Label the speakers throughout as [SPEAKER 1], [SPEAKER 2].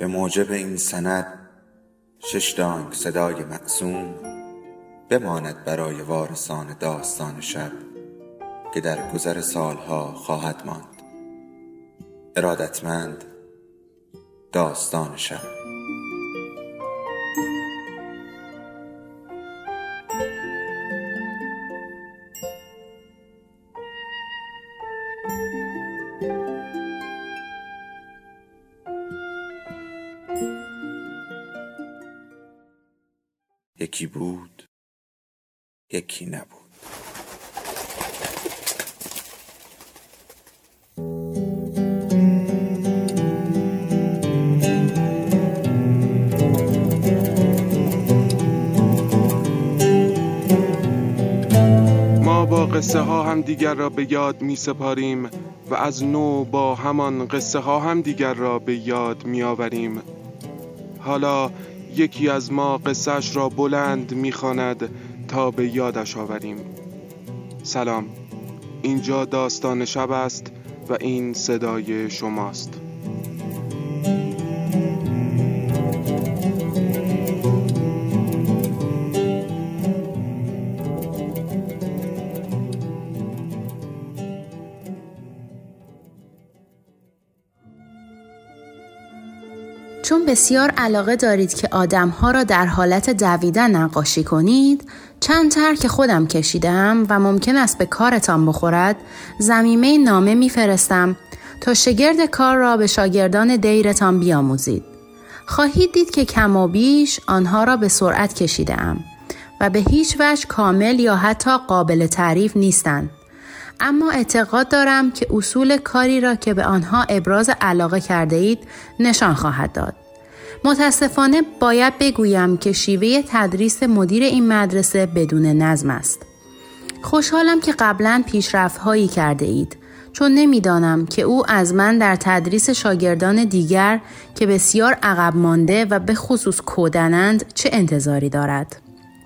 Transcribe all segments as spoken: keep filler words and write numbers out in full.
[SPEAKER 1] به موجب این سند شش دانگ صدای مقسوم بماند برای وارثان داستان شب که در گذر سالها خواهد ماند. ارادتمند، داستان شب. یکی بود، یکی نبود.
[SPEAKER 2] ما با قصه ها هم دیگر را به یاد می سپاریم و از نو با همان قصه ها هم دیگر را به یاد می آوریم. حالا یکی از ما قصهش را بلند می‌خواند تا به یادش آوریم. سلام، اینجا داستان شب است و این صدای شماست.
[SPEAKER 3] چون بسیار علاقه دارید که آدم‌ها را در حالت دویدن نقاشی کنید، چند طرح که خودم کشیدم و ممکن است به کارتان بخورد، ضمیمه نامه می‌فرستم تا شگرد کار را به شاگردان دیرتان بیاموزید. خواهید دید که کم و بیش آنها را به سرعت کشیدم و به هیچ وجه کامل یا حتی قابل تعریف نیستند. اما اعتقاد دارم که اصول کاری را که به آنها ابراز علاقه کرده اید نشان خواهد داد. متاسفانه باید بگویم که شیوه تدریس مدیر این مدرسه بدون نظم است. خوشحالم که قبلاً پیشرفت‌هایی کرده اید، چون نمی‌دانم که او از من در تدریس شاگردان دیگر که بسیار عقب مانده و به خصوص کودنند چه انتظاری دارد.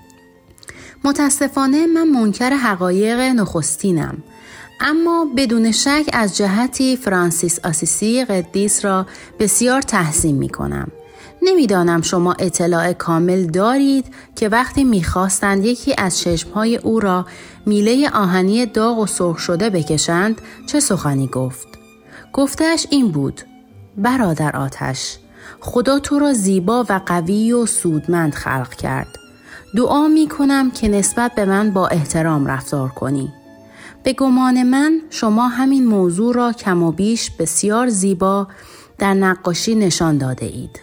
[SPEAKER 3] متاسفانه من منکر حقایق نخستینم، اما بدون شک از جهتی فرانسیس آسیسی قدیس را بسیار تحسین می کنم. نمیدانم شما اطلاع کامل دارید که وقتی میخواستند یکی از چشمهای او را میله آهنی داغ و سرخ شده بکشند چه سخنی گفت. گفتش این بود: برادر آتش، خدا تو را زیبا و قوی و سودمند خلق کرد. دعا می کنم که نسبت به من با احترام رفتار کنی. به گمان من شما همین موضوع را کم و بیش بسیار زیبا در نقاشی نشان داده اید.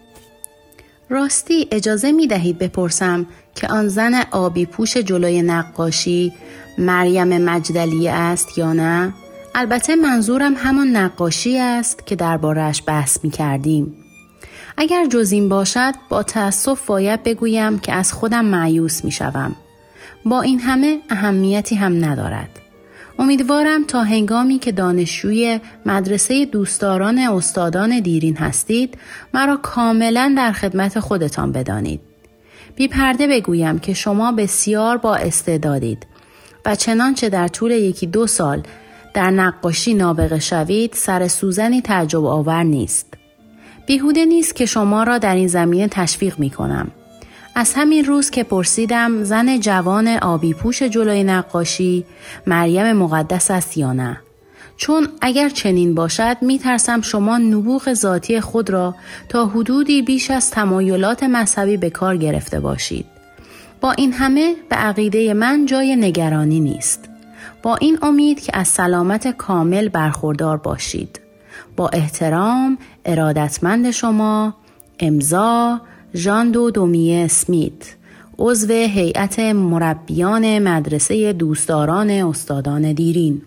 [SPEAKER 3] راستی اجازه می دهید بپرسم که آن زن آبی پوش جلوی نقاشی مریم مجدلیه است یا نه؟ البته منظورم همان نقاشی است که درباره‌اش بحث می کردیم. اگر جز این باشد با تأسف باید بگویم که از خودم مایوس می شوم. با این همه اهمیتی هم ندارد. امیدوارم تا هنگامی که دانشجوی مدرسه دوستداران استادان دیرین هستید مرا کاملا در خدمت خودتان بدانید. بی پرده بگویم که شما بسیار با استعدادید و چنانچه در طول یکی دو سال در نقاشی نابغه شوید سر سوزنی تعجب آور نیست. بیهوده نیست که شما را در این زمینه تشویق می کنم. از همین روز که پرسیدم زن جوان آبی پوش جلوی نقاشی مریم مقدس است یا نه، چون اگر چنین باشد می ترسم شما نبوغ ذاتی خود را تا حدودی بیش از تمایلات مذهبی به کار گرفته باشید. با این همه به عقیده من جای نگرانی نیست. با این امید که از سلامت کامل برخوردار باشید. با احترام، ارادتمند شما، امضا ژان دو دومیه اسمیت، عضو هیئت مربیان مدرسه دوستداران استادان دیرین.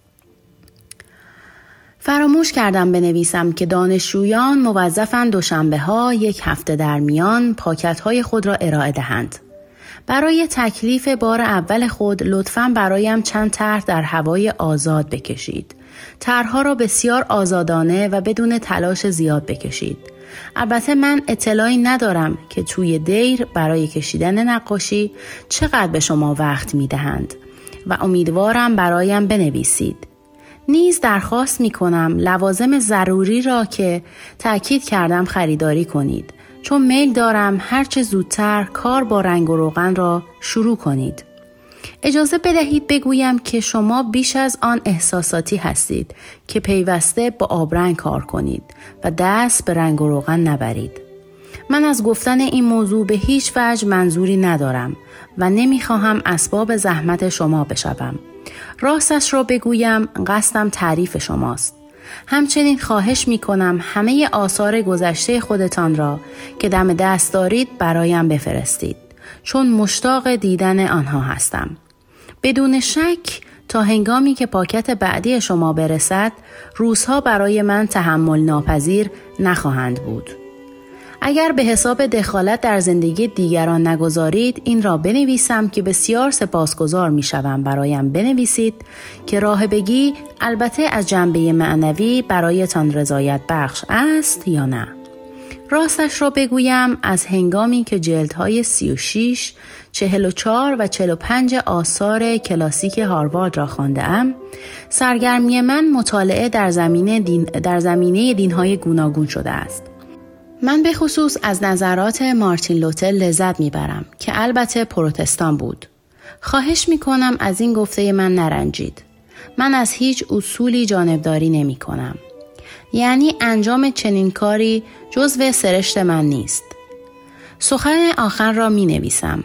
[SPEAKER 3] فراموش کردم بنویسم که دانشجویان موظفند دوشنبه ها یک هفته در میان پاکت های خود را ارائه دهند. برای تکلیف بار اول خود لطفاً برایم چند طرح در هوای آزاد بکشید. طرح‌ها را بسیار آزادانه و بدون تلاش زیاد بکشید. البته من اطلاعی ندارم که توی دیر برای کشیدن نقاشی چقدر به شما وقت می‌دهند و امیدوارم برایم بنویسید. نیز درخواست می کنم لوازم ضروری را که تأکید کردم خریداری کنید، چون میل دارم هرچه زودتر کار با رنگ و روغن را شروع کنید. اجازه بدهید بگویم که شما بیش از آن احساساتی هستید که پیوسته با آبرنگ کار کنید و دست به رنگ و روغن نبرید. من از گفتن این موضوع به هیچ وجه منظوری ندارم و نمیخواهم اسباب زحمت شما بشوم. راستش را بگویم قصدم تعریف شماست. همچنین خواهش می کنم همه آثار گذشته خودتان را که دم دست دارید برایم بفرستید، چون مشتاق دیدن آنها هستم. بدون شک تا هنگامی که پاکت بعدی شما برسد، روزها برای من تحمل ناپذیر نخواهند بود. اگر به حساب دخالت در زندگی دیگران نگذارید، این را بنویسم که بسیار سپاسگزار می شوم برایم بنویسید که راهبگی البته از جنبه معنوی برایتان رضایت بخش است یا نه. راستش را بگویم از هنگامی که جلدهای سی و شش، چهل و چهار و چهل و پنج آثار کلاسیک هاروارد را خوانده‌ام، سرگرمی من مطالعه در زمینه دین در زمینه دین‌های گوناگون شده است. من به خصوص از نظرات مارتین لوتر لذت میبرم که البته پروتستان بود. خواهش میکنم از این گفته من نرنجید. من از هیچ اصولی جانبداری نمی کنم. یعنی انجام چنین کاری جزو سرشت من نیست. سخن آخر را می نویسم.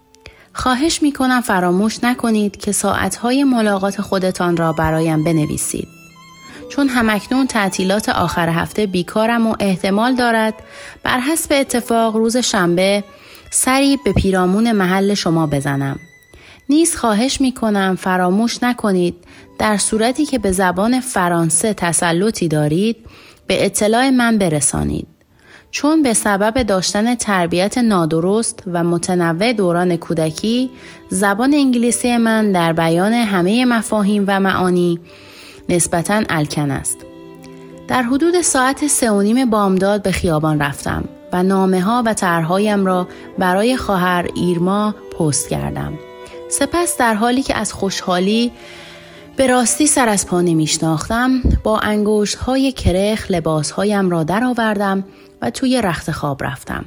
[SPEAKER 3] خواهش می کنم فراموش نکنید که ساعتهای ملاقات خودتان را برایم بنویسید. چون همکنون تعطیلات آخر هفته بیکارم و احتمال دارد بر حسب اتفاق روز شنبه سری به پیرامون محل شما بزنم. نیز خواهش می کنم فراموش نکنید در صورتی که به زبان فرانسه تسلطی دارید به اطلاع من برسانید. چون به سبب داشتن تربیت نادرست و متنوع دوران کودکی، زبان انگلیسی من در بیان همه مفاهیم و معانی نسبتاً الکن است. در حدود ساعت سه و نیم بامداد به خیابان رفتم و نامه ها و طرحهایم را برای خواهر ایرما پست کردم. سپس در حالی که از خوشحالی به راستی سر از پا نمی‌شناختم، با انگشت‌های کرخ لباسهایم را درآوردم و توی رخت خواب رفتم.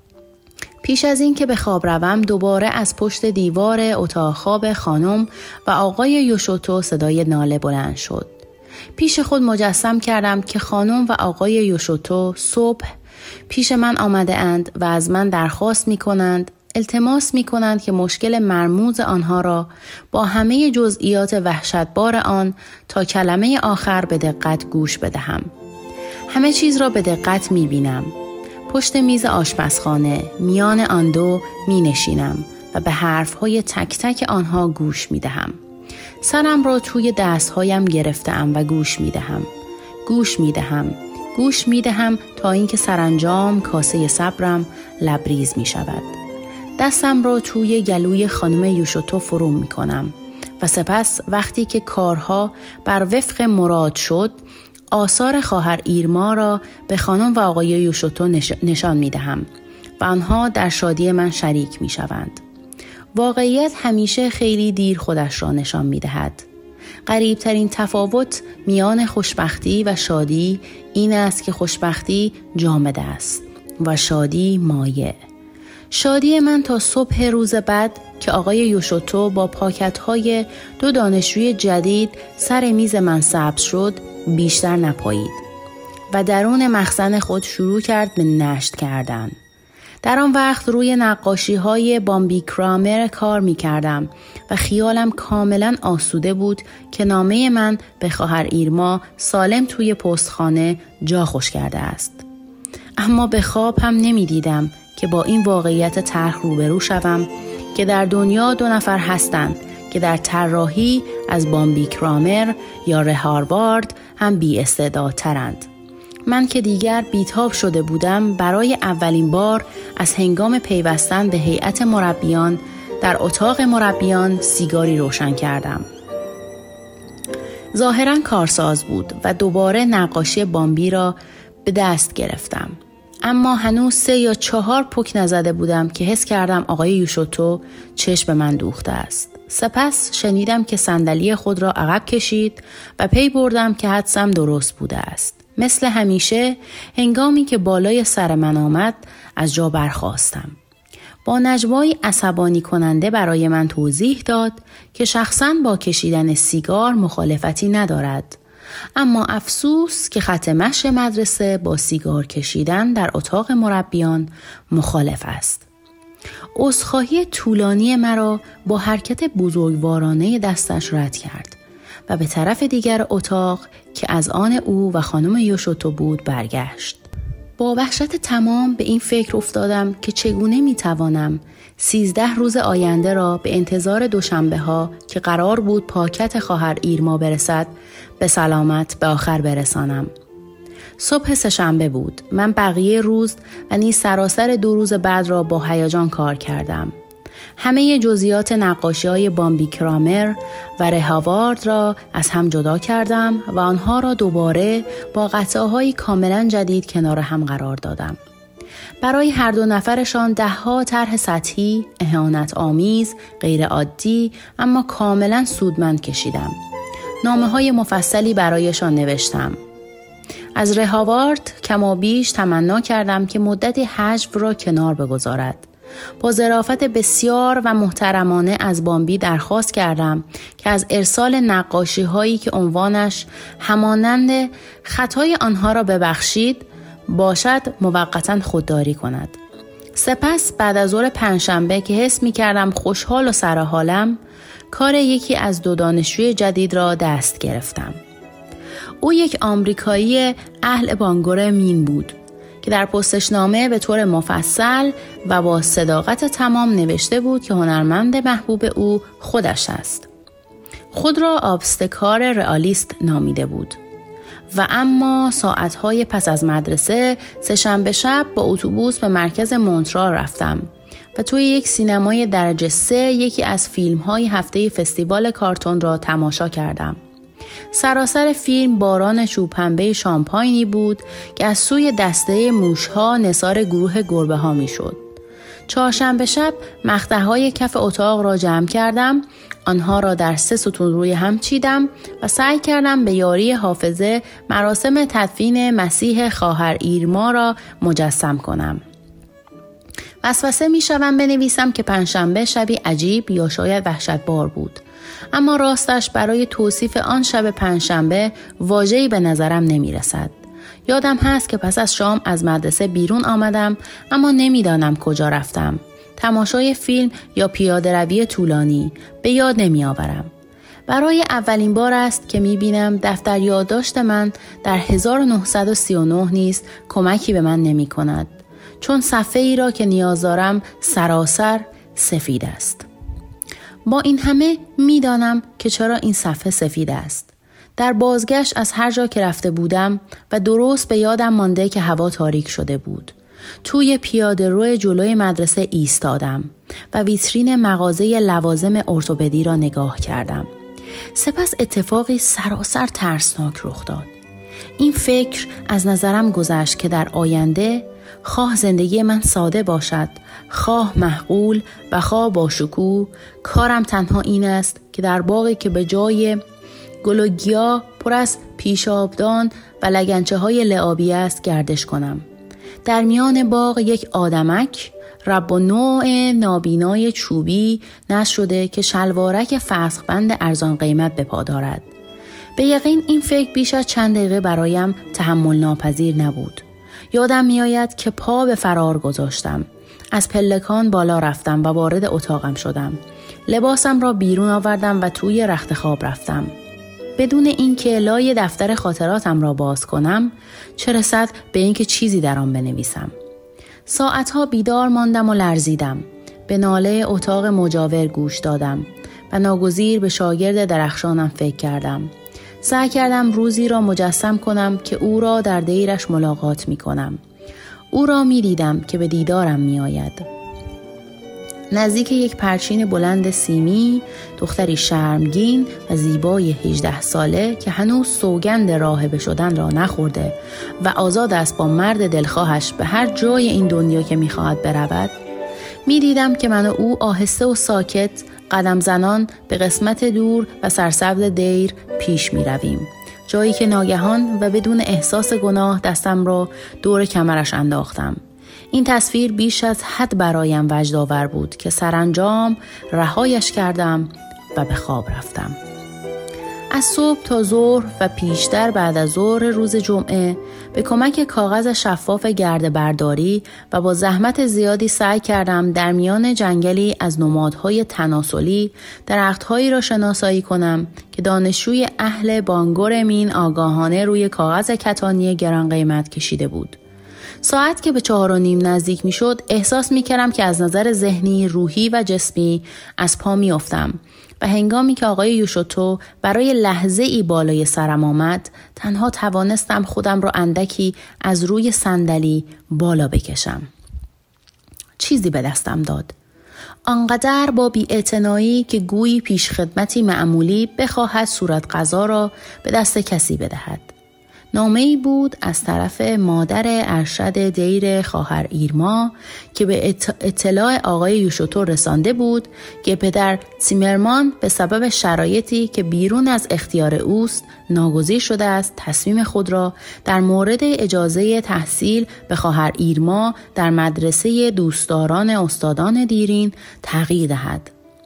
[SPEAKER 3] پیش از این که به خواب روم دوباره از پشت دیوار اتاق خواب خانم و آقای یوشوتو صدای ناله بلند شد. پیش خود مجسم کردم که خانم و آقای یوشوتو صبح پیش من آمده اند و از من درخواست می کنند، التماس می کنند که مشکل مرموز آنها را با همه جزئیات وحشتبار آن تا کلمه آخر به دقت گوش بدهم. همه چیز را به دقت می بینم. پشت میز آشپزخانه میان آن دو می نشینم و به حرفهای تک تک آنها گوش می دهم. سرم را توی دستهایم گرفتم و گوش می دهم. گوش می دهم. گوش می دهم تا اینکه سرانجام کاسه صبرم لبریز می شود. دستم را توی گلوی خانم یوشوتو فرو می کنم و سپس وقتی که کارها بر وفق مراد شد، آثار خواهر ایرما را به خانم و آقای یوشوتو نش... نشان می دهم و آنها در شادی من شریک می شوند. واقعیت همیشه خیلی دیر خودش را نشان می دهد. غریبترین تفاوت میان خوشبختی و شادی این است که خوشبختی جامد است و شادی مایع. شادی من تا صبح روز بعد که آقای یوشوتو با پاکت‌های دو دانشجوی جدید سر میز من سبز شد بیشتر نپایید و درون مخزن خود شروع کرد به نشت کردن. در آن وقت روی نقاشی‌های بامبی کرامر کار می‌کردم و خیالم کاملاً آسوده بود که نامه من به خواهر ایرما سالم توی پستخانه جا خوش کرده است. اما به خواب هم نمی‌دیدم که با این واقعیت تلخ روبرو شوم که در دنیا دو نفر هستند که در طراحی از بامبی کرامر یا هاروارد هم بی استعدادترند. من که دیگر بیتاب شده بودم برای اولین بار از هنگام پیوستن به هیئت مربیان در اتاق مربیان سیگاری روشن کردم. ظاهراً کارساز بود و دوباره نقاشی بامبی را به دست گرفتم. اما هنوز سه یا چهار پک نزده بودم که حس کردم آقای یوشوتو چشم به من دوخته است. سپس شنیدم که صندلی خود را عقب کشید و پی بردم که حدسم درست بوده است. مثل همیشه هنگامی که بالای سر من آمد از جا برخاستم. با نجوایی عصبانی کننده برای من توضیح داد که شخصاً با کشیدن سیگار مخالفتی ندارد، اما افسوس که خط مشی مدرسه با سیگار کشیدن در اتاق مربیان مخالف است. عذرخواهی طولانی مرا با حرکت بزرگوارانه دستش رد کرد و به طرف دیگر اتاق که از آن او و خانم یوشوتو بود برگشت. با وحشت تمام به این فکر افتادم که چگونه میتوانم سیزده روز آینده را به انتظار دوشنبه ها که قرار بود پاکت خواهر ایرما برسد به سلامت به آخر برسانم. صبح سه‌شنبه بود. من بقیه روز و نیز سراسر دو روز بعد را با هیجان کار کردم. همه جزئیات نقاشی‌های بامبی کرامر و رهاوارد را از هم جدا کردم و آنها را دوباره با قطعه‌های کاملا جدید کنار هم قرار دادم. برای هر دو نفرشان ده‌ها طرح سطحی، اهانت آمیز، غیر عادی اما کاملا سودمند کشیدم. نامه‌های مفصلی برایشان نوشتم. از رهاوارد کمابیش تمنا کردم که مدتی حجو را کنار بگذارد. با ظرافت بسیار و محترمانه از بامبی درخواست کردم که از ارسال نقاشی هایی که عنوانش همانند خطای آنها را ببخشید باشد موقتاً خودداری کند. سپس بعد از ظهر پنجشنبه که حس می کردم خوشحال و سرحالم کار یکی از دو دانشجوی جدید را دست گرفتم. او یک آمریکایی اهل بانگور مین بود که در پستشنامه به طور مفصل و با صداقت تمام نوشته بود که هنرمند محبوب او خودش است. خود را آبستکار رئالیست نامیده بود و اما ساعتهای پس از مدرسه سه‌شنبه شب با اتوبوس به مرکز مونترال رفتم و توی یک سینمای درجه سه یکی از فیلم‌های هفته فستیوال کارتون را تماشا کردم. سراسر فیلم باران چوب‌پنبه شامپاینی بود که از سوی دسته موشها نثار گروه گربه ها می شد. چهارشنبه شب مقطع‌های کف اتاق را جمع کردم، آنها را در سه ستون روی هم چیدم و سعی کردم به یاری حافظه مراسم تدفین مسیح خواهر ایرما را مجسم کنم. وسوسه می شوم بنویسم که پنجشنبه شبی عجیب یا شاید وحشتبار بود، اما راستش برای توصیف آن شب پنجشنبه واژه‌ای به نظرم نمی رسد. یادم هست که پس از شام از مدرسه بیرون آمدم اما نمیدانم کجا رفتم. تماشای فیلم یا پیاده روی طولانی به یاد نمی آورم. برای اولین بار است که می بینم دفتر یادداشت من در هزار و نهصد و سی و نه نیز کمکی به من نمی کند، چون صفحه ای را که نیاز دارم سراسر سفید است. با این همه می دانم که چرا این صفحه سفید است. در بازگشت از هر جا که رفته بودم و درست به یادم مانده که هوا تاریک شده بود. توی پیاده رو جلوی مدرسه ایستادم و ویترین مغازه لوازم ارتوپدی را نگاه کردم. سپس اتفاقی سراسر ترسناک رخ داد. این فکر از نظرم گذشت که در آینده خواه زندگی من ساده باشد، خواه معقول و خواه با شکوه، کارم تنها این است که در باغی که به جای گل و گیاه پر از پیشابدان و لگنچه های لعابی است گردش کنم. در میان باغ یک آدمک رب و نوع نابینای چوبی نشر شده که شلوارک فسخبند ارزان قیمت به پا دارد. به یقین این فکر بیش از چند دقیقه برایم تحمل ناپذیر نبود. یادم می آید که پا به فرار گذاشتم. از پلکان بالا رفتم و وارد اتاقم شدم. لباسم را بیرون آوردم و توی رخت خواب رفتم. بدون اینکه لای دفتر خاطراتم را باز کنم، چه رسد به اینکه چیزی در آن بنویسم. ساعتها بیدار ماندم و لرزیدم. به ناله اتاق مجاور گوش دادم و ناگزیر به شاگرد درخشانم فکر کردم. سعی کردم روزی را مجسم کنم که او را در دیرش ملاقات می کنم. او را می دیدم که به دیدارم می آید. نزدیک یک پرچین بلند سیمی، دختری شرمگین و زیبای هجده ساله که هنوز سوگند راهبه شدن را نخورده و آزاد است با مرد دلخواهش به هر جای این دنیا که می‌خواهد برود، می‌دیدم که من و او آهسته و ساکت قدم زنان به قسمت دور و سرسبز دیر پیش می رویم. جایی که ناگهان و بدون احساس گناه دستم را دور کمرش انداختم. این تصویر بیش از حد برایم وجدآور بود که سرانجام رهایش کردم و به خواب رفتم. از صبح تا ظهر و پیشتر بعد از ظهر روز جمعه به کمک کاغذ شفاف گرده برداری و با زحمت زیادی سعی کردم در میان جنگلی از نمادهای تناسلی درختهایی را شناسایی کنم که دانشجوی اهل بانگور مین آگاهانه روی کاغذ کتانی گران قیمت کشیده بود. ساعت که به چهار و نیم نزدیک می شد احساس می کردم که از نظر ذهنی، روحی و جسمی از پا می افتم و هنگامی که آقای یوشوتو برای لحظه ای بالای سرم آمد تنها توانستم خودم را اندکی از روی صندلی بالا بکشم. چیزی به دستم داد. آنقدر با بی‌اعتنایی که گویی پیش خدمتی معمولی بخواهد صورت غذا را به دست کسی بدهد. نامه‌ای بود از طرف مادر ارشد دیر خواهر ایرما که به اطلاع آقای یوشوتو رسانده بود که پدر تیمرمان به سبب شرایطی که بیرون از اختیار اوست ناگزیر شده است تصمیم خود را در مورد اجازه تحصیل به خواهر ایرما در مدرسه دوستداران استادان دیرین تغییر دهد.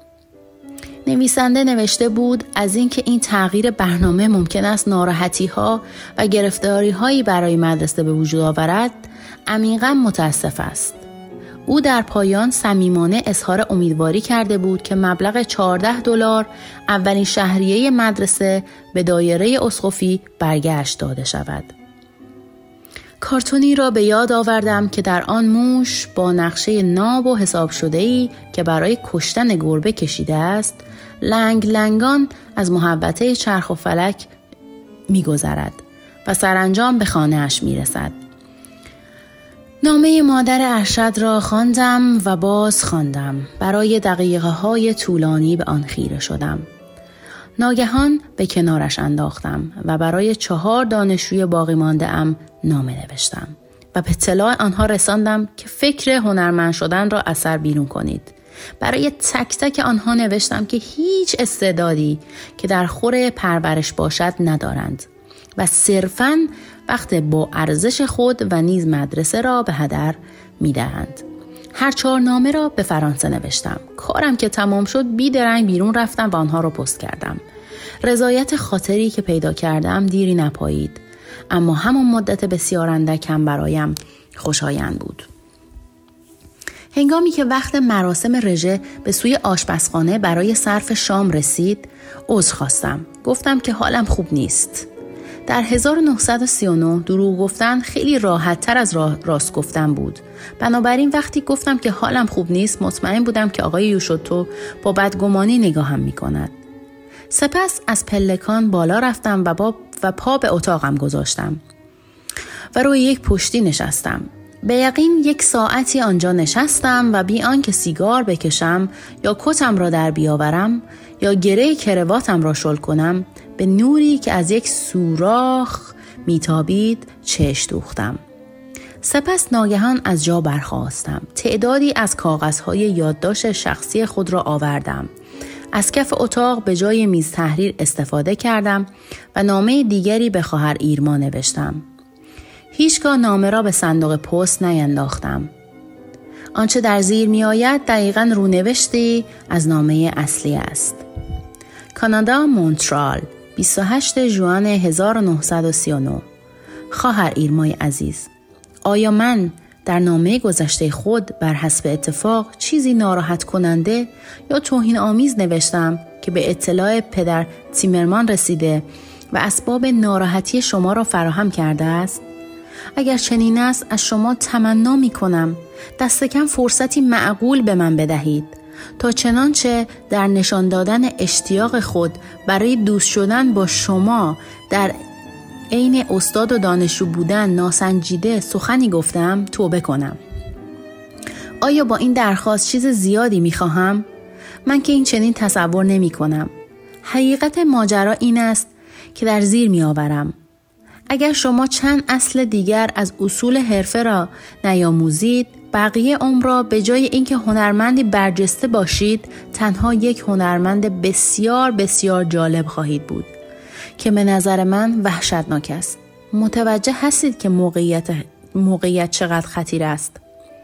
[SPEAKER 3] نویسنده نوشته بود از اینکه این تغییر برنامه ممکن است ناراحتی‌ها و گرفتاری‌هایی برای مدرسه به وجود آورد، عمیقاً متاسف است. او در پایان صمیمانه اظهار امیدواری کرده بود که مبلغ چهارده دلار اولین شهریه مدرسه به دایره اسقفی برگشت داده شود. کارتونی را به یاد آوردم که در آن موش با نقشه ناب و حساب شده‌ای که برای کشتن گربه کشیده است، لنگ لنگان از محوطه چرخ و فلک می‌گذرد و سرانجام به خانه‌اش می‌رسد. نامه مادر ارشد را خواندم و باز خواندم. برای دقیقه‌های طولانی به آن خیره شدم. ناگهان به کنارش انداختم و برای چهار دانشجوی باقی مانده ام نامه نوشتم و به اطلاع آنها رساندم که فکر هنرمند شدن را از سر بیرون کنید. برای تک تک آنها نوشتم که هیچ استعدادی که در خور پرورش باشد ندارند و صرفاً وقت با ارزش خود و نیز مدرسه را به هدر می‌دهند. هر چهار نامه را به فرانسه نوشتم. کارم که تمام شد بیدرنگ بیرون رفتم و آنها را پست کردم. رضایت خاطری که پیدا کردم دیری نپایید، اما همان مدت بسیار اندکم برایم خوشایند بود. هنگامی که وقت مراسم رژه به سوی آشپزخانه برای صرف شام رسید، عذر خواستم. گفتم که حالم خوب نیست. در هزار و نهصد و سی و نه دروغ گفتن خیلی راحت تر از راست گفتن بود. بنابراین وقتی گفتم که حالم خوب نیست مطمئن بودم که آقای یوشوتو با بدگمانی نگاهم می کند. سپس از پلکان بالا رفتم و, با و پا به اتاقم گذاشتم و روی یک پشتی نشستم. به یقین یک ساعتی آنجا نشستم و بی آنکه سیگار بکشم یا کتم را در بیاورم یا گره کرواتم را شل کنم به نوری که از یک سوراخ میتابید چشم دوختم. سپس ناگهان از جا برخاستم. تعدادی از کاغذهای یادداشت شخصی خود را آوردم. از کف اتاق به جای میز تحریر استفاده کردم و نامه دیگری به خواهر ایرما نوشتم. هیچگاه نامه را به صندوق پست نینداختم. آنچه در زیر می آید دقیقاً رونوشتی از نامه اصلی است. کانادا، مونترال، بیست و هشتم ژوئن هزار و نهصد و سی و نه. خواهر ایرمای عزیز، آیا من در نامه گذشته خود بر حسب اتفاق چیزی ناراحت کننده یا توهین آمیز نوشتم که به اطلاع پدر تیمرمان رسیده و اسباب ناراحتی شما را فراهم کرده است؟ اگر چنین است از شما تمنا می کنم دست کم فرصتی معقول به من بدهید تا چنانچه در نشان دادن اشتیاق خود برای دوست شدن با شما در عین استاد و دانشجو بودن ناسنجیده سخنی گفتم توبه کنم. آیا با این درخواست چیز زیادی می خواهم؟ من که این چنین تصور نمی کنم. حقیقت ماجرا این است که در زیر می آورم. اگر شما چند اصل دیگر از اصول حرفه را نیاموزید بقیه عمر را به جای اینکه هنرمندی برجسته باشید تنها یک هنرمند بسیار بسیار جالب خواهید بود که به نظر من وحشتناک است. متوجه هستید که موقعیت موقعیت چقدر خطیر است؟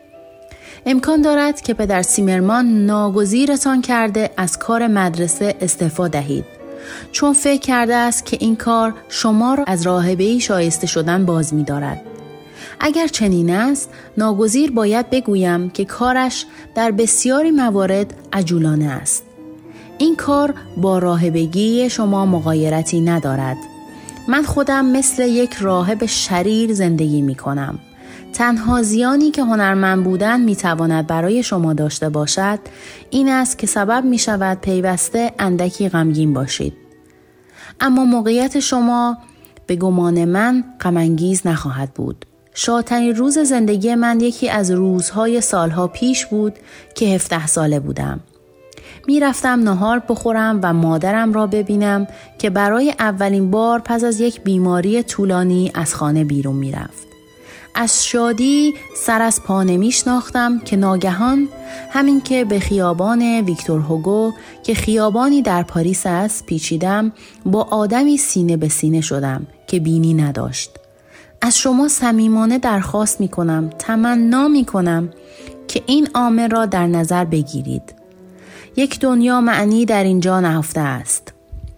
[SPEAKER 3] امکان دارد که پدر سیمرمان ناگزیرتان کرده از کار مدرسه استعفا دهید چون فکر کرده است که این کار شما را از راهبه‌ای شایسته شدن باز می‌دارد. اگر چنین است، ناگزیر باید بگویم که کارش در بسیاری موارد عجولانه است. این کار با راهبگی شما مغایرتی ندارد. من خودم مثل یک راهب شریر زندگی می کنم. تنها زیانی که هنرمند بودن می تواند برای شما داشته باشد این است که سبب می شود پیوسته اندکی غمگین باشید. اما موقعیت شما به گمان من غم‌انگیز نخواهد بود. شادترین روز زندگی من یکی از روزهای سالها پیش بود که هفده ساله بودم. می رفتم نهار بخورم و مادرم را ببینم که برای اولین بار پس از یک بیماری طولانی از خانه بیرون می رفت. از شادی سر از پا نمی شناختم که ناگهان همین که به خیابان ویکتور هوگو که خیابانی در پاریس است پیچیدم با آدمی سینه به سینه شدم که بینی نداشت. از شما صمیمانه درخواست می کنم، تمنا می کنم که این عامل را در نظر بگیرید. یک دنیا معنی در اینجا نهفته است.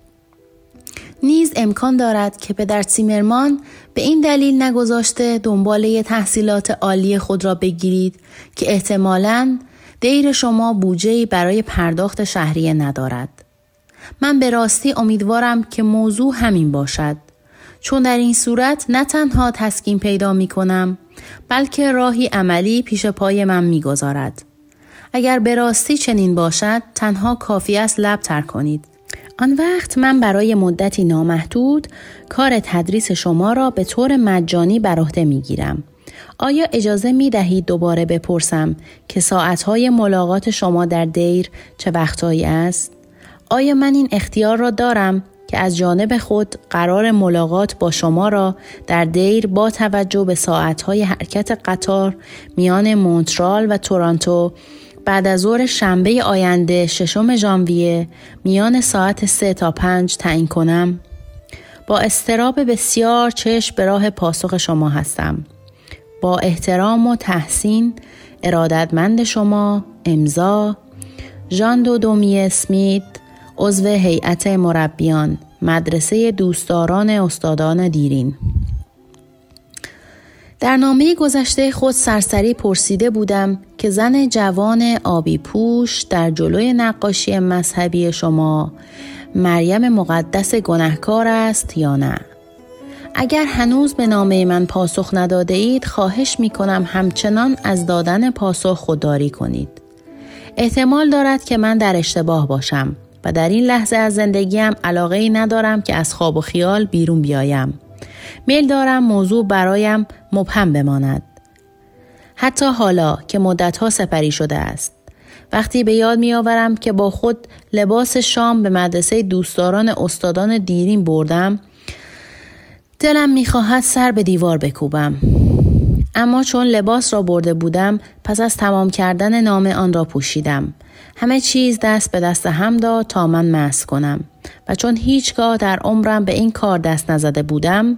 [SPEAKER 3] نیز امکان دارد که پدر سیمرمان به این دلیل نگذاشته دنباله تحصیلات عالی خود را بگیرید که احتمالاً دیر شما بودجه‌ای برای پرداخت شهریه ندارد. من به راستی امیدوارم که موضوع همین باشد. چون در این صورت نه تنها تسکین پیدا می کنم بلکه راهی عملی پیش پای من می گذارد. اگر به راستی چنین باشد تنها کافی است لب تر کنید. آن وقت من برای مدتی نامحدود کار تدریس شما را به طور مجانی بر عهده می گیرم. آیا اجازه می دهید دوباره بپرسم که ساعتهای ملاقات شما در دیر چه وقتهایی است؟ آیا من این اختیار را دارم که از جانب خود قرار ملاقات با شما را در دیر با توجه به ساعتهای حرکت قطار میان مونترال و تورنتو بعد از ظهر شنبه آینده ششم ژانویه میان ساعت سه تا پنج تعیین کنم؟ با اضطراب بسیار چشم به راه پاسخ شما هستم. با احترام و تحسین، ارادتمند شما، امضا ژان دو دومی اسمیت، عضو هیئت مربیان، مدرسه دوستداران استادان دیرین. در نامه گذشته خود سرسری پرسیده بودم که زن جوان آبی پوش در جلوی نقاشی مذهبی شما مریم مقدس گناهکار است یا نه؟ اگر هنوز به نامه من پاسخ نداده اید خواهش می کنم همچنان از دادن پاسخ خودداری کنید. احتمال دارد که من در اشتباه باشم و در این لحظه از زندگیم علاقه‌ای ندارم که از خواب و خیال بیرون بیایم. میل دارم موضوع برایم مبهم بماند. حتی حالا که مدتها سپری شده است. وقتی به یاد می آورم که با خود لباس شام به مدرسه دوستداران استادان دیرین بردم، دلم می خواهد سر به دیوار بکوبم. اما چون لباس را برده بودم پس از تمام کردن نامه آن را پوشیدم. همه چیز دست به دست هم داد تا من مست کنم و چون هیچگاه در عمرم به این کار دست نزده بودم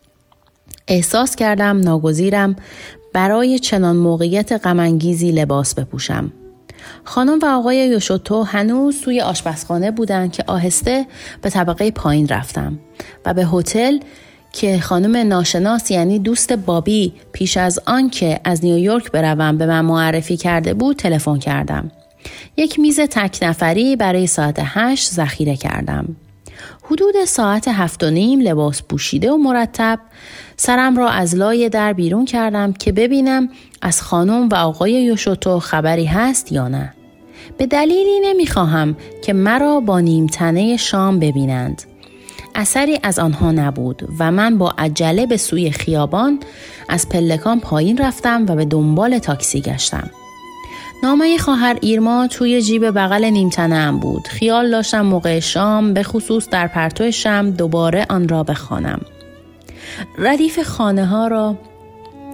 [SPEAKER 3] احساس کردم ناگزیرم برای چنان موقعیت غم‌انگیزی لباس بپوشم. خانم و آقای یوشوتو هنوز توی آشپزخانه بودند که آهسته به طبقه پایین رفتم و به هتل که خانم ناشناس یعنی دوست بابی پیش از آن که از نیویورک بروم به من معرفی کرده بود تلفن کردم. یک میز تک نفری برای ساعت هشت ذخیره کردم. حدود ساعت هفت و نیم لباس پوشیده و مرتب سرم را از لای در بیرون کردم که ببینم از خانم و آقای یوشوتو خبری هست یا نه. به دلیلی نمیخواهم که مرا با نیم تنه شام ببینند. اثری از آنها نبود و من با عجله به سوی خیابان از پلکان پایین رفتم و به دنبال تاکسی گشتم. نامه خواهر ایرما توی جیب بغل نیمتنه‌ام بود. خیال داشتم موقع شام به خصوص در پرتو شمع دوباره آن را بخوانم. ردیف خانه ها را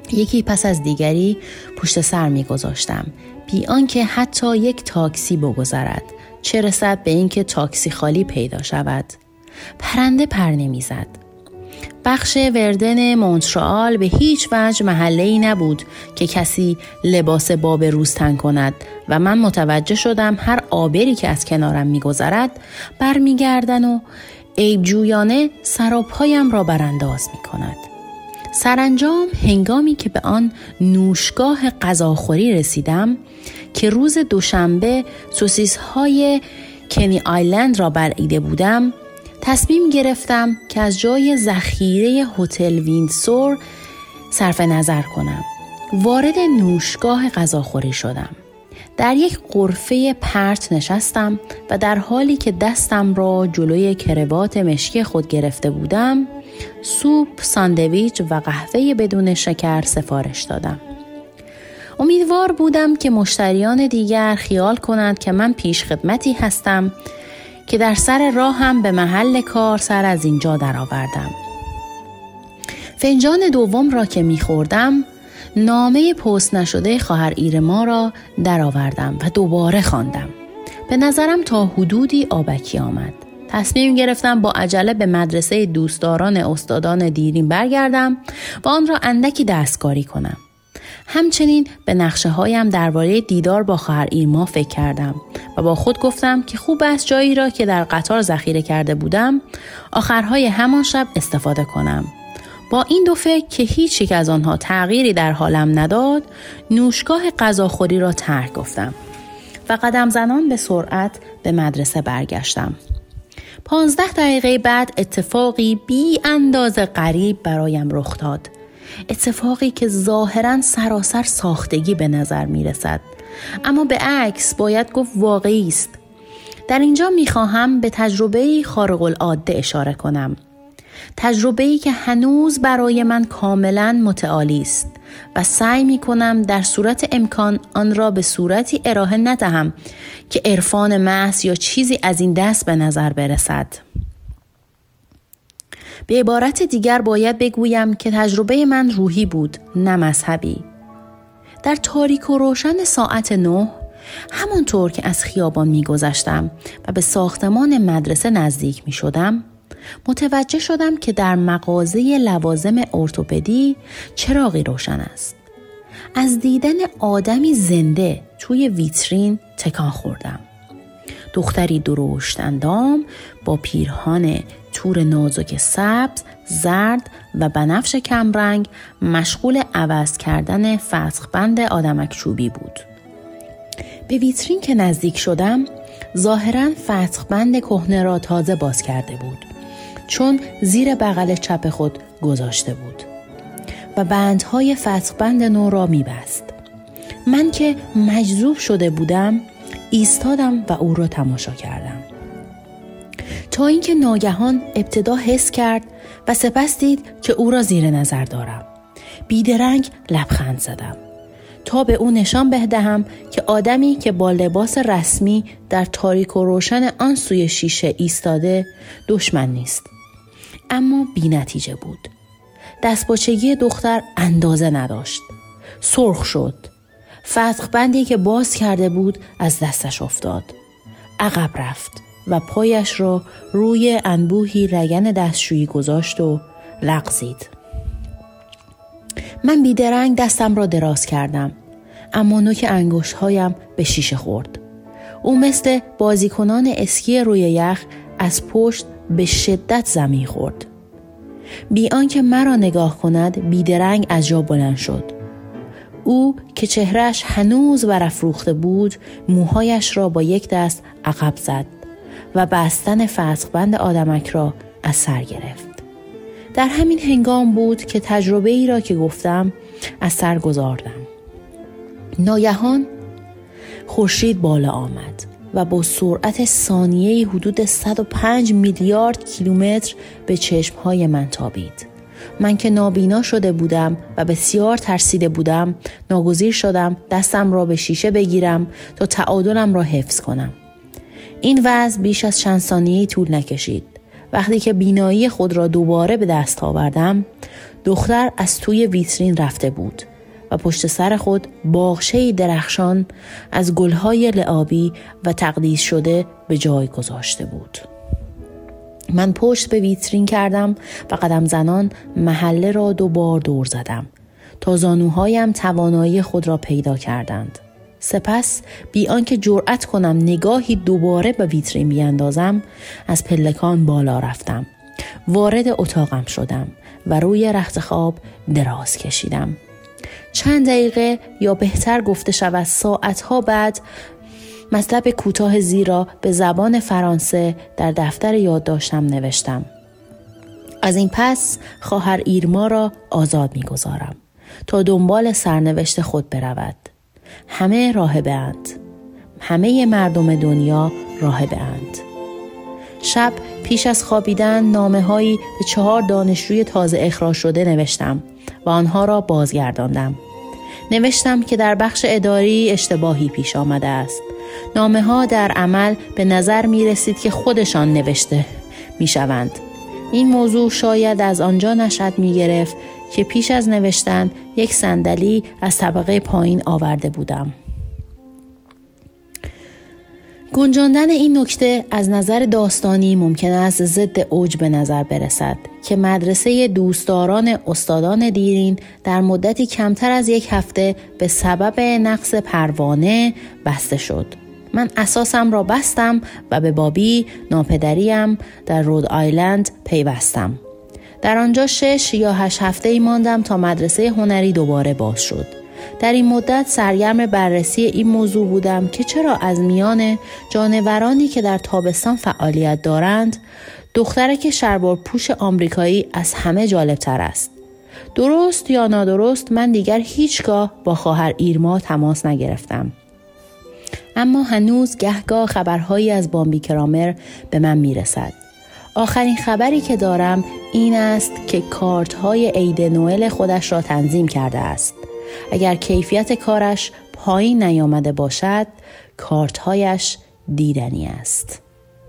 [SPEAKER 3] یکی پس از دیگری پشت سر می گذاشتم بی آنکه حتی یک تاکسی بگذرد، چه رسد به اینکه تاکسی خالی پیدا شود. پرنده پر نمی زد. بخش وردن مونترآل به هیچ وجه محله‌ای نبود که کسی لباس باب روز تن کند و من متوجه شدم هر آبری که از کنارم می‌گذرد برمیگردن و عیبجویانه سراپایم را برانداز می‌کند. سرانجام هنگامی که به آن نوشگاه غذاخوری رسیدم که روز دوشنبه سوسیس‌های کنی آیلند را بلعیده بودم، تصمیم گرفتم که از جای ذخیره هتل ویندسور صرف نظر کنم. وارد نوشگاه غذاخوری شدم. در یک غرفه پرت نشستم و در حالی که دستم را جلوی کراوات مشکی خود گرفته بودم، سوپ، ساندویچ و قهوه بدون شکر سفارش دادم. امیدوار بودم که مشتریان دیگر خیال کنند که من پیش خدمتی هستم که در سر راه هم به محل کار سر از اینجا درآوردم. فنجان دوم را که می‌خوردم، نامه پست نشده خواهر ایرما را درآوردم و دوباره خواندم. به نظرم تا حدودی آبکی آمد. تصمیم گرفتم با عجله به مدرسه دوستداران استادان دیرین برگردم و آن را اندکی دستکاری کنم. همچنین به نقشه هایم درباره دیدار با خواهر ایرما فکر کردم و با خود گفتم که خوب است جایی را که در قطار ذخیره کرده بودم آخرهای همان شب استفاده کنم. با این دو فکر که هیچ یک از آنها تغییری در حالم نداد، نوشگاه غذاخوری را ترک گفتم و قدم زنان به سرعت به مدرسه برگشتم. پانزده دقیقه بعد اتفاقی بی اندازه غریب برایم رخ داد. اتفاقی که ظاهراً سراسر ساختگی به نظر می رسد، اما به عکس باید گفت واقعی است. در اینجا می خواهم به تجربه‌ای خارق العاده اشاره کنم. تجربه‌ای که هنوز برای من کاملاً متعالی است و سعی می کنم در صورت امکان آن را به صورتی ارائه ندهم که عرفان محض یا چیزی از این دست به نظر برسد. به عبارت دیگر باید بگویم که تجربه من روحی بود، نه مذهبی. در تاریک و روشن ساعت نه، همانطور که از خیابان می گذشتم و به ساختمان مدرسه نزدیک می شدم، متوجه شدم که در مغازه لوازم ارتوپدی چراغی روشن است. از دیدن آدمی زنده توی ویترین تکان خوردم. دختری درشت اندام با پیرهان تور نازک سبز، زرد و بنفش کمرنگ مشغول عوض کردن فسخبند آدمک چوبی بود. به ویترین که نزدیک شدم، ظاهراً فسخبند کهنه را تازه باز کرده بود، چون زیر بغل چپ خود گذاشته بود و بندهای فسخبند نو را می‌بست. من که مجذوب شده بودم، ایستادم و او را تماشا کردم تا اینکه ناگهان ابتدا حس کرد و سپس دید که او را زیر نظر دارم. بیدرنگ لبخند زدم تا به او نشان بدهم که آدمی که با لباس رسمی در تاریک و روشن آن سوی شیشه ایستاده دشمن نیست. اما بی نتیجه بود. دستپاچگی دختر اندازه نداشت. سرخ شد. فتقبندی که باز کرده بود از دستش افتاد. عقب رفت و پایش را روی انبوهی رگن دستشویی گذاشت و لغزید. من بیدرنگ دستم را دراز کردم، اما نوک انگشت‌هایم به شیشه خورد. او مثل بازیکنان اسکی روی یخ از پشت به شدت زمین خورد. بی آنکه مرا نگاه کند بیدرنگ از جا بلند شد. او که چهرهش هنوز برافروخته بود موهایش را با یک دست عقب زد و بستن فسخبند آدمک را از سر گرفت. در همین هنگام بود که تجربه ای را که گفتم از سر گذاردم. ناگهان خورشید بالا آمد و با سرعت ثانیه‌ای حدود صد و پنج میلیارد کیلومتر به چشمهای من تابید. من که نابینا شده بودم و بسیار ترسیده بودم، ناگزیر شدم دستم را به شیشه بگیرم تا تعادلم را حفظ کنم. این وضع بیش از چند ثانیه‌ای طول نکشید وقتی که بینایی خود را دوباره به دست آوردم، دختر از توی ویترین رفته بود و پشت سر خود باغچه‌ای درخشان از گلهای لعابی و تقدیس شده به جای گذاشته بود. من پشت به ویترین کردم و قدم زنان محله را دوبار دور زدم تا زانوهایم توانایی خود را پیدا کردند. سپس بی آنکه جرأت کنم نگاهی دوباره به ویترین بیاندازم، از پلکان بالا رفتم. وارد اتاقم شدم و روی رخت خواب دراز کشیدم. چند دقیقه یا بهتر گفته شود ساعتها بعد مطلب کوتاه زیرا به زبان فرانسه در دفتر یادداشتم نوشتم. از این پس خواهر ایرما را آزاد می‌گذارم تا دنبال سرنوشت خود برود. همه راهبه اند. همه مردم دنیا راهبه اند. شب پیش از خوابیدن نامه‌هایی به چهار دانشجوی تازه اخراج شده نوشتم و آنها را بازگرداندم. نوشتم که در بخش اداری اشتباهی پیش آمده است. نامه‌ها در عمل به نظر می رسید که خودشان نوشته می شوند. این موضوع شاید از آنجا نشأت می گرفت که پیش از نوشتن یک صندلی از طبقه پایین آورده بودم. گنجاندن این نکته از نظر داستانی ممکن است ضد اوج به نظر برسد که مدرسه دوستداران استادان دیرین در مدتی کمتر از یک هفته به سبب نقص پروانه بسته شد. من اساسم را بستم و به بابی ناپدریم در رود آیلند پیوستم. در آنجا شش یا هشت هفته ای ماندم تا مدرسه هنری دوباره باز شد. در این مدت سرگرم بررسی این موضوع بودم که چرا از میان جانورانی که در تابستان فعالیت دارند، دخترک شلوار پوش آمریکایی از همه جالبتر است. درست یا نادرست من دیگر هیچگاه با خواهر ایرما تماس نگرفتم. اما هنوز گهگاه خبرهایی از بامبی کرامر به من میرسد. آخرین خبری که دارم این است که کارت‌های عید نوئل خودش را تنظیم کرده است. اگر کیفیت کارش پایین نیامده باشد، کارت‌هایش دیدنی است.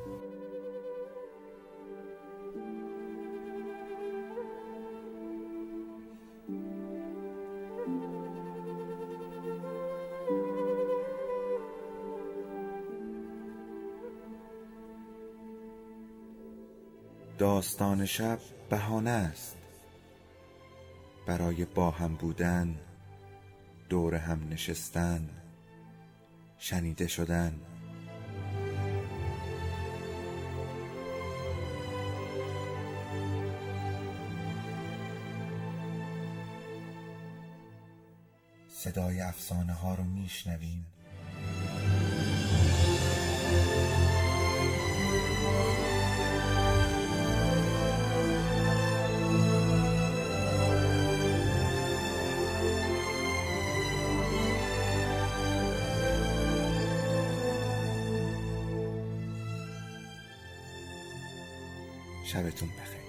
[SPEAKER 1] داستان شب بهانه است برای با هم بودن، دور هم نشستن، شنیده شدن. صدای افسانه ها رو میشنویم. شبتون بخیر.